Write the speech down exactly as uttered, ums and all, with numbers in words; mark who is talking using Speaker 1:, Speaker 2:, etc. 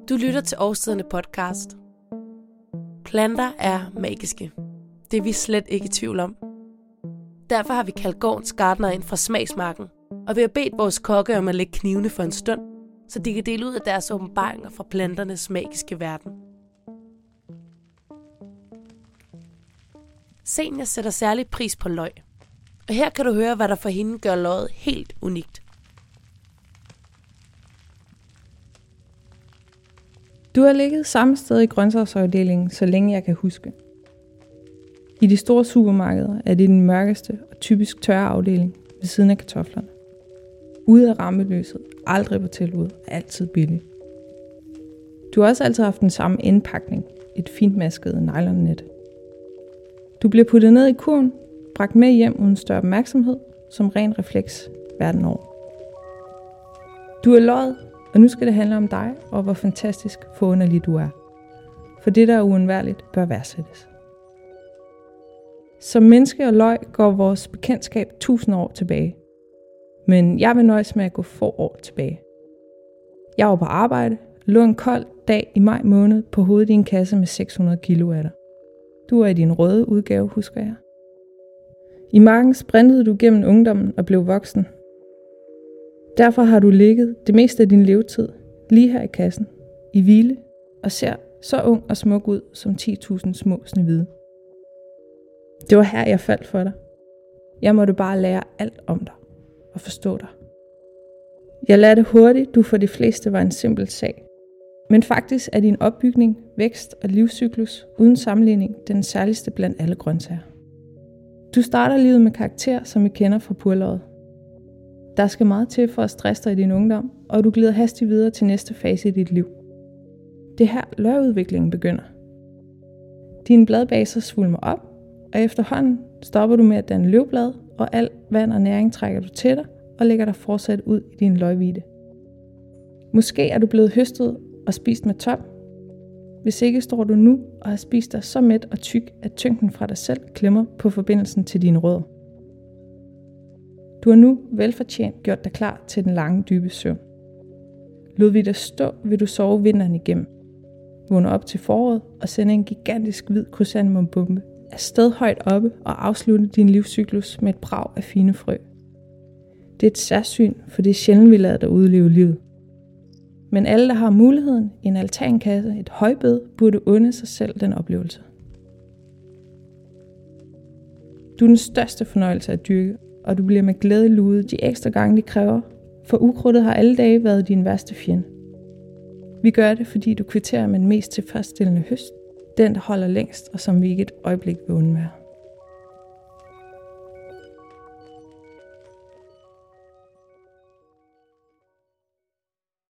Speaker 1: Du lytter til Årstiderne podcast. Planter er magiske. Det er vi slet ikke i tvivl om. Derfor har vi kaldt gårdens gartnere ind fra Smagsmarken, og vi har bedt vores kokke om at lægge knivene for en stund, så de kan dele ud af deres åbenbaringer fra planternes magiske verden. Senior sætter særlig pris på løg, og her kan du høre, hvad der for hende gør løget helt unikt.
Speaker 2: Du har ligget samme sted i grøntsagsafdelingen, så længe jeg kan huske. I de store supermarkeder er det den mørkeste og typisk tørre afdeling ved siden af kartoflerne. Ude af rammelyset, aldrig på tilbud, altid billigt. Du har også altid haft den samme indpakning, et fintmasket nylonnet. Du bliver puttet ned i kurven, bragt med hjem uden større opmærksomhed, som ren refleks verden over. Du er løjet, og nu skal det handle om dig, og hvor fantastisk forunderlig du er. For det, der er uundværligt, bør værdsættes. Som menneske og løg går vores bekendtskab tusind år tilbage. Men jeg vil nøjes med at gå få år tilbage. Jeg var på arbejde, lå en kold dag i maj måned på hovedet i en kasse med seks hundrede kilo af dig. Du er i din røde udgave, husker jeg. I marken sprintede du gennem ungdommen og blev voksen. Derfor har du ligget det meste af din levetid lige her i kassen, i hvile, og ser så ung og smuk ud som ti tusind små snehvide. Det var her, jeg faldt for dig. Jeg måtte bare lære alt om dig og forstå dig. Jeg lærte hurtigt, du for de fleste var en simpel sag. Men faktisk er din opbygning, vækst og livscyklus uden sammenligning den særligste blandt alle grøntsager. Du starter livet med karakter, som vi kender fra purløget. Der skal meget til for at stresse dig i din ungdom, og du glider hastigt videre til næste fase i dit liv. Det her løgudviklingen begynder. Dine bladbaser svulmer op, og efterhånden stopper du med at danne løvblad, og al vand og næring trækker du til dig og lægger dig fortsat ud i din løgvide. Måske er du blevet høstet og spist med top. Hvis ikke står du nu og har spist dig så mæt og tyk, at tyngden fra dig selv klemmer på forbindelsen til dine rødder. Du har nu velfortjent gjort dig klar til den lange, dybe søvn. Lod vi dig stå, vil du sove vinteren igennem. Vågne op til foråret og sende en gigantisk hvid krysantemumbombe afsted højt oppe og afslutte din livscyklus med et brag af fine frø. Det er et særsyn, for det er sjældent, vi lader dig udleve livet. Men alle, der har muligheden, en altankasse, et højbed, burde unde sig selv den oplevelse. Du er den største fornøjelse at dyrke, og du bliver med glæde ludet de ekstra gange, de kræver, for ukrudtet har alle dage været din værste fjende. Vi gør det, fordi du kvitterer med den mest tilfredsstillende høst, den der holder længst og som vi ikke et øjeblik vil undvære.